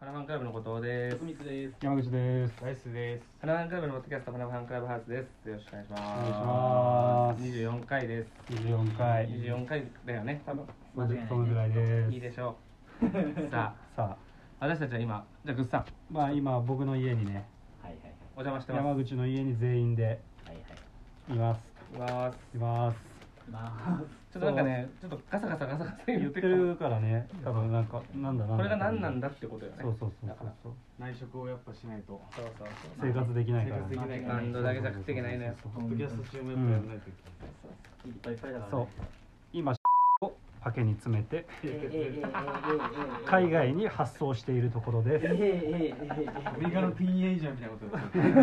花ファンクラブの後藤です。 徳光です。 山口です。 ライスです。 花ファンクラブのポッドキャスト花ファンクラブハウスです。よろしくお願いします。 お願いします。 24回です。 24回。 24回だよね、多分。 そのぐらいです。 いいでしょう。さあ、私たちは今、じゃあグッさん、 まあ今僕の家にね、 はいはいお邪魔してます。 山口の家に全員ではいはいいます。 います。 います。 ちょっとなんかね、ちょっとガサガサ言言ってるからね、多分なんかなんだこれが何なんだってことよね。 そうそうだから内職をやっぱしないとそうそう生活できないから。 生活できないバンドだけじゃ食っていけないのよ。 ポッドキャスト中もやっぱやらないといけない。いっぱいいっぱいだからそうね。 今をパケに詰めて海外に発送しているところです。 アメリカのティーンエイジャーみたいなこと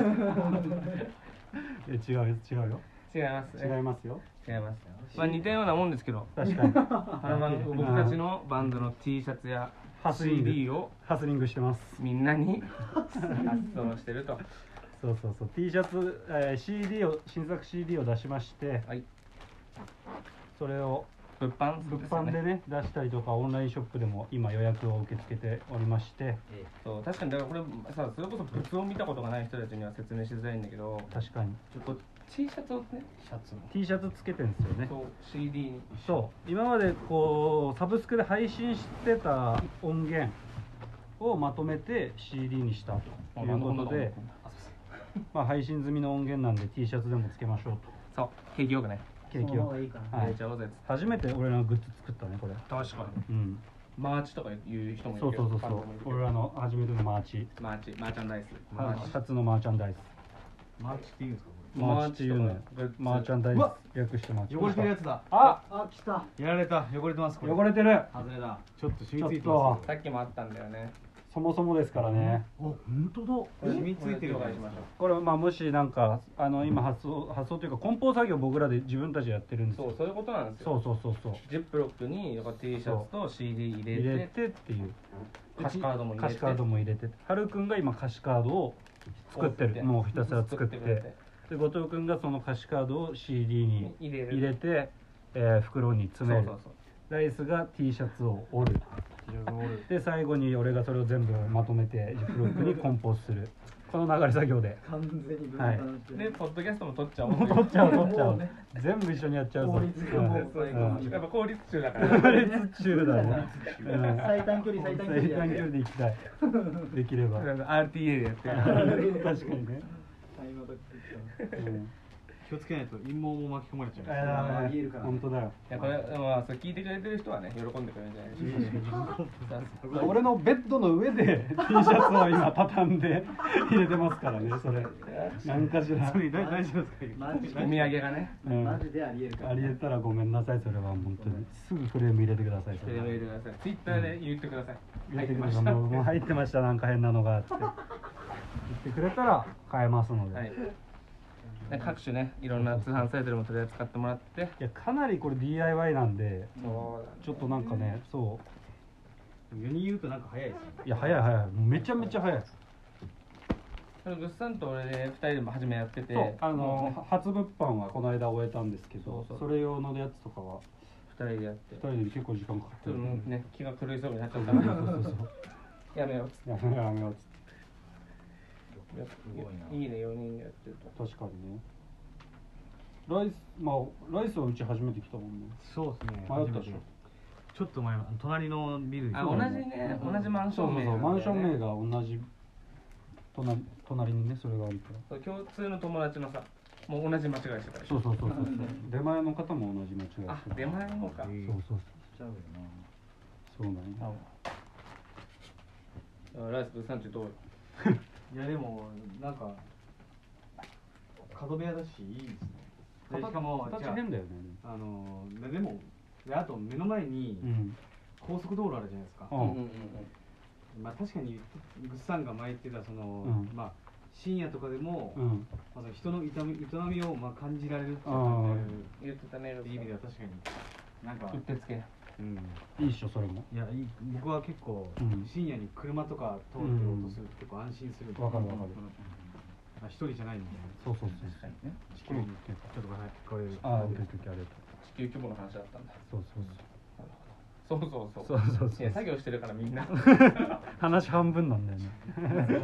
です違うよ。 違いますね。 違いますよ。 違います。まあ似たようなもんですけど、 確かに僕たちのバンドの T シャツやハスリング CD をハスリングしてます。 みんなに発送してると。 そうそうそう T シャツ、CD を新作 CD を出しまして、 はい。 それを物販でね出したりとかオンラインショップでも今予約を受け付けておりまして、 そう確かにだからこれさ、それこそ物を見たことがない人たちには説明しづらいんだけど、 確かにちょっと T シャツをね、 T シャツつけてるんですよね。 そう CD にそう今までこうサブスクで配信してた音源をまとめて CD にしたということで、まあ配信済みの音源なんで T シャツでもつけましょうと。 そう景気よくね、 ケーキを入れちゃおうぜっつって。 初めて俺らのグッズ作ったねこれ。 確かにうんマーチとかいう人もいるけど、 そう俺らの初めてのマーチ、 マーチャンダイス、 初のマーチャンダイス。 マーチって言うんですかこマーチっていうのよ。マーチャンダイス略してマーチ。 れ。汚れてるやつだ。 来た。 やられた。汚れてますこれ。 汚れてる。 外れだ。ちょっと染みついてちょっまさっきもあったんだよね。 そもそもですからね。 す。本当だ。染みついてる。 お願いしましょう。 これまあもしなんか今発送というか梱包作業僕らで自分たちでやってるんですよ。 そういうことなんですよ。 そうジップロックにT シャツと CD 入入れれて、 てっていう。 歌詞カードも入れて、 歌詞カードも入れて。はるくんが今歌詞カードを作ってる。もうひたすら作って。で後藤くんがその歌詞カードを CD に入れて、袋に詰める。ライスが T シャツを折る。で最後に俺がそれを全部まとめてジップロックに梱包する。この流れ作業で完全に分はい担して。 でポッドキャストも撮っちゃおう。 もう取っちゃう全部一緒にやっちゃうぞ。 効率がもうやっぱ効率中だから。 効率中だね。 最短距離最短距離で行きたい。できれば。 RTA でやってる。 確かにね。 気をつけないと陰謀も巻き込まれちゃう。 ありえるから。本当だよ。 いやこれまあそれ聞いてくれてる人はね喜んでくれるんじゃないですか。 俺のベッドの上で T シャツを今畳んで入れてますからね。それ何かしら。 大丈夫ですか。 お土産がね。 マジでありえるから。 ありえたらごめんなさい。それは本当にすぐフレーム入れてください。 テレビ入れてください。ツイッターで言ってください。 入れてください。もう入ってましたなんか変なのがって言ってくれたら買えますので。 各種ねいろんな通販サイトでも取り扱ってもらって。 いやかなりこれ DIY なんで、ちょっとなんかねそう。 世に言うとなんか早いですね。 いや早いめちゃめちゃ早い。 グッさんと俺で2人でも初めやってて、 初物販はこの間終えたんですけど、それ用のやつとかは 2人でやって 2人で結構時間かかってるね、気が狂いそうになっちゃったからやめようっつってやめようっつって。 いいね4人でやってると。 確かにね。ライスはうち初めて来たもんね。 そうですね。 迷ったでしょ。 ちょっと前隣のビル。 同じマンション名。 マンション名が同じ隣にねそれがあるから。 共通の友達のさ、もう同じ間違いしてたでしょ。 そう出前の方も同じ間違いしてる。 出前の方か。 そうちゃうよな。 そうなんや。 ライスグッさんちどうよ。 いやでもなんか角部屋だしいいですね。しかも形変だよね。 でもあと目の前に高速道路あるじゃないですか。まあ確かにグッさんが前言ってたそのまあ深夜とかでもまず人の営みをまあ感じられるって言ってたね。 いう意味では確かになんかうってつけ。 いいっしょそれも。 いや僕は結構深夜に車とか通ってる音すると結構安心する。 わかる。 一人じゃないんで。 そう確かにね。 地球にちょっとごめんなさい。これありがとう。 地球規模の話だったんだ。 そうそういや作業してるからみんな話半分なんだよねすいません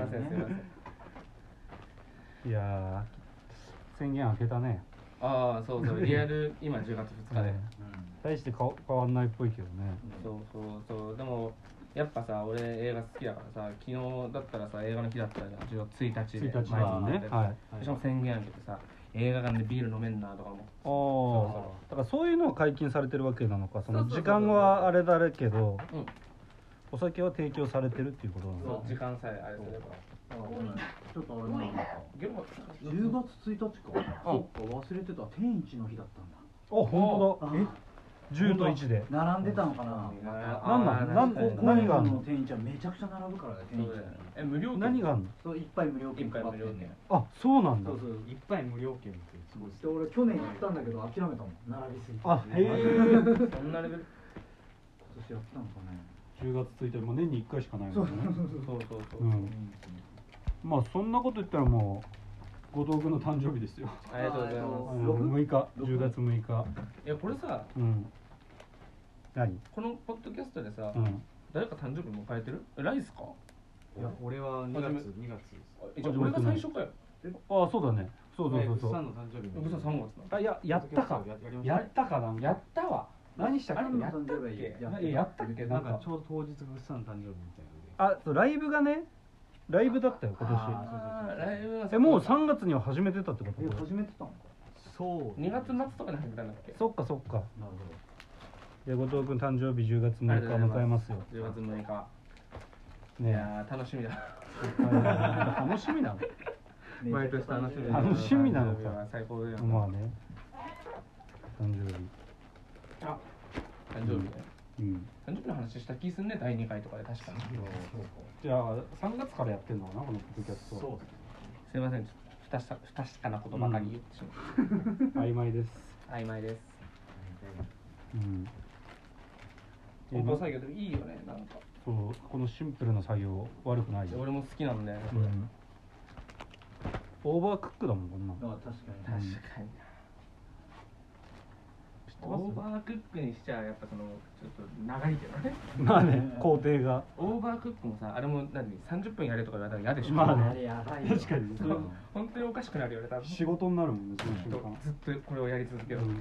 いや宣言開けたね。 ああそうリアル今10月2日で大して変わんないっぽいけどね。 そうでもやっぱさ俺映画好きだからさ、昨日だったらさ映画の日だったら10月1日で 1日だね。はい。 しかも宣言開けてさ映画館でビール飲めんなとかも。 だからそういうのは解禁されてるわけなのか。その時間はあれだけど、お酒は提供されてるっていうことなの。 そう時間さえあれすれば。 ちょっとあれなんだ。10月1日か。そっか忘れてた。天一の日だったんだ。 あ、本当だ。10と1で並んでたのかな。 何があるの？ 天一はめちゃくちゃ並ぶからね。天一。 無料券。 何があるの？ そう一杯無料券。 あ、そうなんだ。 そう一杯無料券ってすごい。 で俺去年行ったんだけど諦めたもん。並びすぎて。 あ、へえ。 そんなレベル。 今年やったのかね。 10月1日も年に1回しかないもんね。 そう。 まあそんなこと言ったらもう後藤君の誕生日ですよ。 ありがとうございます。 10月6日。 いやこれさ、 何？ このポッドキャストでさ、誰か誕生日迎えてる？ライスか？ いや俺は2月です。 俺が最初かよ。 ああそうだね。そう。 グッさんの誕生日。 グッさん3月な。あやったか。やったわ。何したっけ？ やったっけ？ なんかちょうど当日グッさんの誕生日みたいなので。 ライブがね。ライブだったよ今年。もう3月には始めてたってこと？ 始めてたのか。 そう 2月末とかに始めたんだっけ？ そっか。なるほど。後藤君誕生日10月6日迎えますよ。 10月6日。 ねいや楽しみだ。 楽しみなの？ 毎年楽しみなのか。 最高だよ。 まあね。誕生日。 誕生日ね。誕生日の話した気すんね、第2回とかで確かに。 じゃあ3月からやってんのかなこのポッドキャスト。 そうすいません、不確かなことばかり言ってしまう。 曖昧です。 梱包作業でもいいよね、なんか。 そう、このシンプルな作業悪くないよ。 俺も好きなんだよね。 オーバークックだもんこんな。 確かに。 オーバークックにしちゃやっぱそのちょっと長いけどね。 まあね、工程が。 オーバークックもさ、あれも30分やれとか言われたら嫌でしょ。 まあね、 確かに。 本当におかしくなるよね、多分。 仕事になるもんね、その瞬間。 ずっとこれをやり続ける。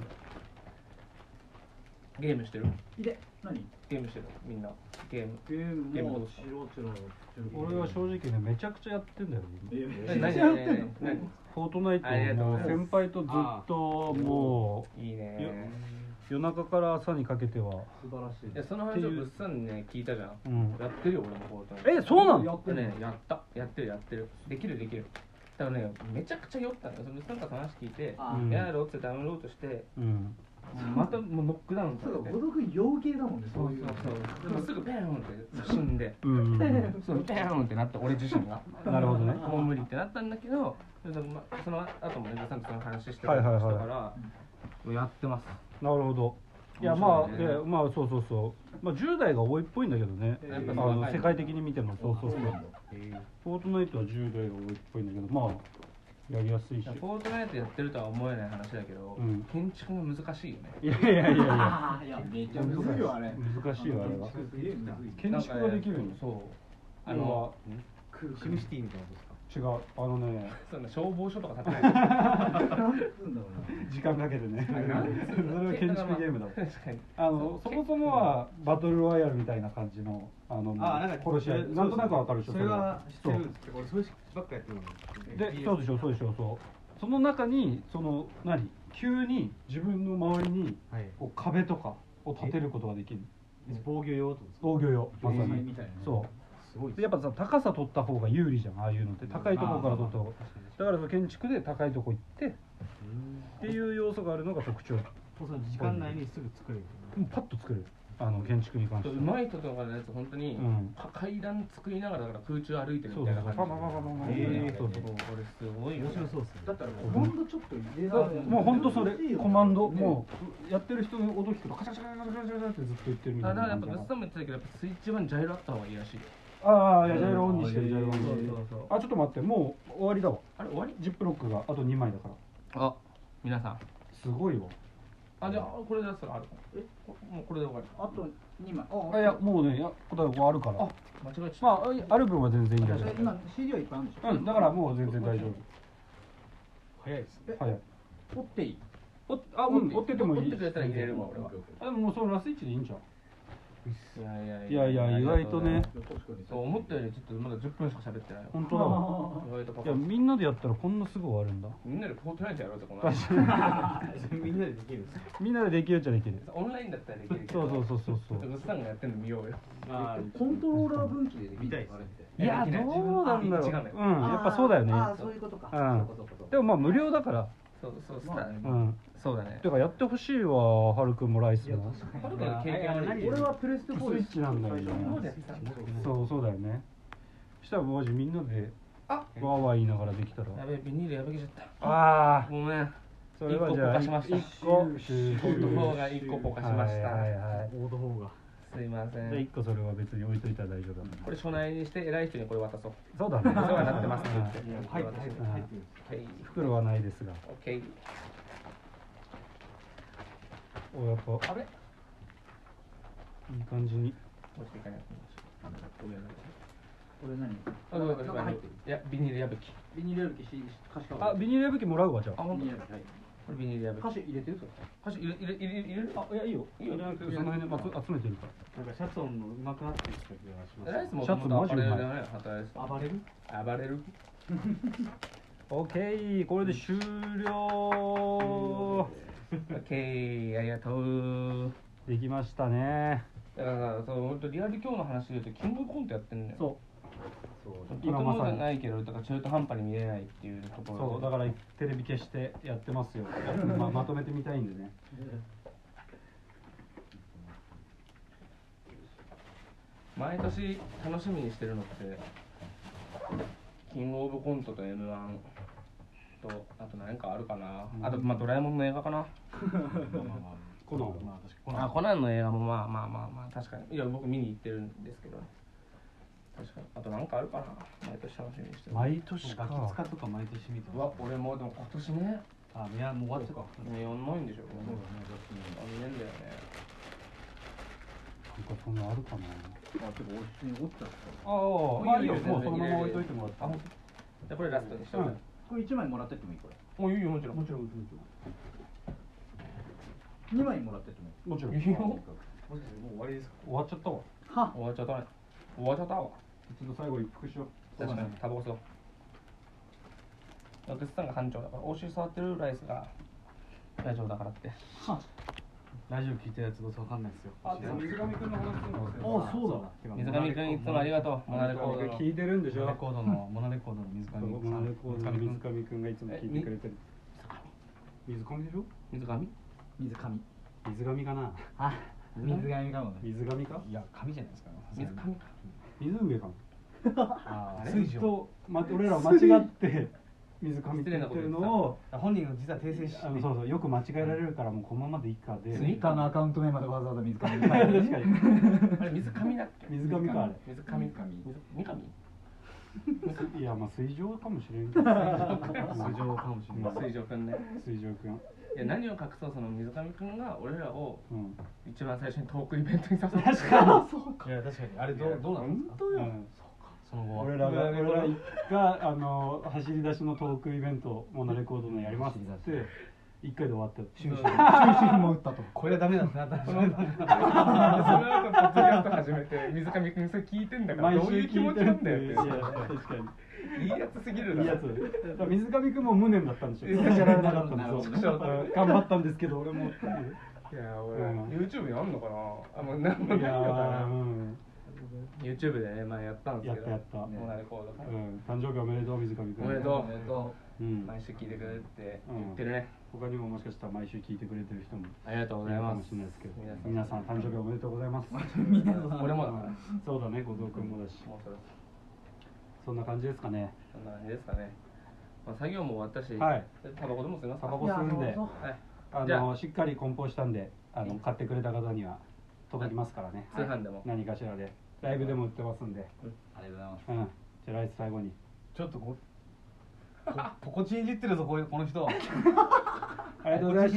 ゲームしてる？ 何？ ゲームしてるみんな。ゲームもチロ俺は正直ね、めちゃくちゃやってんだよ。 何やってんの？ フォートナイトも先輩とずっともういいね。 夜中から朝にかけては素晴らしい。 いやその話を物産にね聞いたじゃん。やってるよ俺もフォートナイト。 そうなの？ やってる。できる。だからねめちゃくちゃ酔ったんだよ。物産から話聞いてやろうってダウンロードして。またもうノックダウンそうだ、後藤君陽系だもんね。 そうすぐペーンって死んでそうペーンってなって俺自身がなるほどね。 もう無理ってなったんだけど、その後もねさんとその話してたからやってます。 なるほど。いやまあそうまあ10代が多いっぽいんだけどね。世界的に見てもそうフォートナイトは10代が多いっぽいんだけど、まあやりやすいし。 フォートナイトやってるとは思えない話だけど、建築が難しいよね。 いやめっちゃ難しいよあれ。 難しいよあれは。建築ができるの。 そう。 シムシティみたいなことですか？ 違う、 そんな消防署とか建てない。 時間かけてね。それは建築ゲームだ。 確かに。 そもそもはバトルロワイヤルみたいな感じの殺し合い。なんとなくわかるでしょ。 それは知ってるんですけど、俺そればっかやってるの。 で、そうでしょ。その中に急に自分の周りに壁とかを建てることができる。 防御用とか。 防御用。 まさに。 そう。でやっぱさ高さ取った方が有利じゃん、ああいうのって高いところから取った方が。だからその建築で高いとこ行ってっていう要素があるのが特徴。 その時間内にすぐ作れる。 パッと作れる。建築に関して。 うまい人とかのやつ本当に階段作りながら空中歩いてるみたいな感じ。そうこれすごい面白そうっすね。 だったらコマンドちょっと入れられる。 もう本当それコマンドもうやってる人の音聞くとカチャカチャカチャカチャってずっと言ってるみたいな。 だからやっぱグッサンも言ってたけどやっぱスイッチ版ジャイロあった方がいいらしい。 ああ、いやジャイロオンにしてるジャイロオンにしてる。あ、ちょっと待って、もう終わりだわ。 あれ終わり？ ジップロックがあと2枚だから。 あ、皆さんすごいわ。 あ、じゃあこれ出したらある。もうこれで終わり。 あと2枚。 いやもうね、答えあるから。 間違えちゃった。 まあある分は全然いいんだけど。 今 CD はいっぱいあるんでしょ。 だからもう全然大丈夫。 早いですね。 早い。 折っていい？ 折っててもいい。 折ってくれたら入れるわ俺は。 でももうそのラスイチでいいんじゃん。 いや意外とね。 思ったよりちょっとまだ10分しか喋ってないよ。 本当だわ。いやみんなでやったらこんなすぐ終わるんだ。 みんなでポートナイトやろうとこの。 みんなでできるんですか？ みんなでできるっちゃできる。 オンラインだったらできるけそう。 グッさんがやってんの見ようよ。 コントローラー分岐でできる。 いやどうなんだろう。やっぱそうだよね。 ああそういうことか。 でもまあ無料だから。 そうそうだね。 てかやってほしいわ、はるくんもライスも。 はるくんの経験ある。 俺はプレステ4 スイッチなんだよね。そうだよね。したらマジみんなでわーわー言いながらできたら。 やべビニール破けちゃった。 ああ。 ごめん。 それはじゃあ 1個ポカしました。 1個。 オート4が1個ポカしました。 オート4が。 すいません。 1個それは別に置いといたら大丈夫だ。 これ初内にして偉い人にこれ渡そう。 そうだね。 お世話になってますって言って。 はい。 袋はないですが。 オッケー。 おやっぱあれ？ いい感じに。 もう一回やってみましょう。 これ何？ いやビニール破き。 ビニール破きし歌詞あビニール破きもらうわじゃあ。 あ本当？これビニール破き。 歌詞入れてるそれ。 歌詞入れる？ あいやいいよ。いいよ。その辺で集めてるから。 なんかシャツ音の上手くなってきた気がします。 ライスもシャツマジうまい。 暴れる？ 暴れる？ オッケーこれで終了。 オッケーありがとう。 できましたね。 だからそう本当リアル今日の話で言うとキングコントやってんのよ。 そう今まさにないけどだから中途半端に見れないっていうところ。 そうだからテレビ消してやってますよ。まとめてみたいんでね。 毎年楽しみにしてるのってキングオブコントと M1 とあと何かあるかな。あとまあドラえもんの映画かな。 コナン。 コナンの映画もまあ確かにいや僕見に行ってるんですけど確かにあと何かあるかな。毎年楽しみにしてる。 毎年か。 ガキ使とか毎年見てうわ俺もでも今年ね。 いやもう終わっちゃった。 やんないんでしょ。そうだね。2年だよね。 なんかそんなあるかな。 あでも俺折っちゃった。 まあいいよもうそのまま置いといてもらって。 じゃあこれラストにしておく。 これ1枚もらってってもいいこれ。 もういいよもちろん。 2枚もらってってもいい。 もちろん。 いいよ。 もう終わりですか？ 終わっちゃったわ。 は終わっちゃったね。終わっちゃったわ。 一度最後一服しよう。 確かにタバコ吸おう。グッさんが班長だからお尻触ってるライスが大丈夫だからって。 ラジオ聞いたやつどうせわかんないですよ。 水上くんの話するの。 あそうだ。 水上くんいつもありがとう。モナレコードの聞いてるんでしょ。 モナレコードの水上モナレコードの水上くんがいつも聞いてくれてる。水上でしょ。 水上水上かな。 水上かもね。 水上か。 いや紙じゃないですか。 水上か。 水上かも。 水上。 俺ら間違って水上って言ってるのを本人が実は訂正しそうよく間違えられるからもうこのままでいいかで。 ツイッターのアカウント名までわざわざ水上。 確かに。 あれ水上だっけ。 水上かあれ。 水上。 いやまあ水上かもしれん。 水上かもしれない。 水上くんね。 水上くん。 いや何を隠そうその水上くんが俺らを一番最初にトークイベントに誘って。 確かに。 そうか。いや確かにあれどうなんですか。 本当よ。 その後俺らが走り出しのトークイベントモナレコードのやりますって1回で終わった。 終止符も打ったと。 これはダメだってなったらその後ポッドキャスト始めて水上くんそれ聞いてんだからどういう気持ちなんだよって。 確かにいいやつすぎるだろ。 いいやつ。水上くんも無念だったんでしょ。やられなかったんですよ。頑張ったんですけど俺も。いや俺 YouTube やんのかな。もう何もないのかな。YouTube でね前やったんですけど。 やった。 モナレコードから。 誕生日おめでとう水上くん。 おめでとう。毎週聞いてくれって言ってるね。 他にももしかしたら毎週聞いてくれてる人もありがとうございます。 かもしれないですけど、皆さん誕生日おめでとうございます。 俺もだから。 そうだね、後藤くんもだし。そんな感じですかね。 そんな感じですかね。まあ作業も終わったし、タバコでも吸いますか。 タバコ吸うんで、しっかり梱包したんで、買ってくれた方には届きますからね。 通販でも何かしらで、ライブでも売ってますんで。 ありがとうございます。 じゃあライス最後に。 ちょっとポコチンいじってるぞこの人。 ありがとうございました。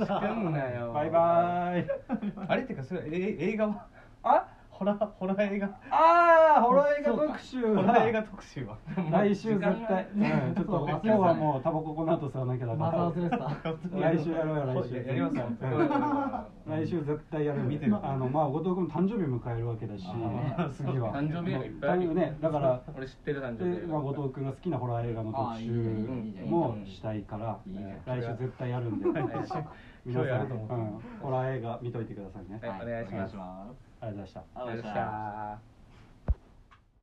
仕組むなよ。 バイバイ。 あれってかそれ映画は？ あ？ ホラー映画。 ああ、ホラー映画特集。 ホラー映画特集は。 来週絶対。ちょっと今日はもうタバコこの後吸わなきゃだから。 また忘れてた。 来週やろうよ来週。 やりますよ。 来週絶対やる。見てる。まあ後藤君誕生日迎えるわけだし、次は。 誕生日いっぱいあるね。だから俺知ってる誕生日。 まあ後藤君が好きなホラー映画の特集もしたいから来週絶対やるんで。皆さんホラー映画見といてくださいね。 お願いします。 ありがとうございました。 ありがとうございました。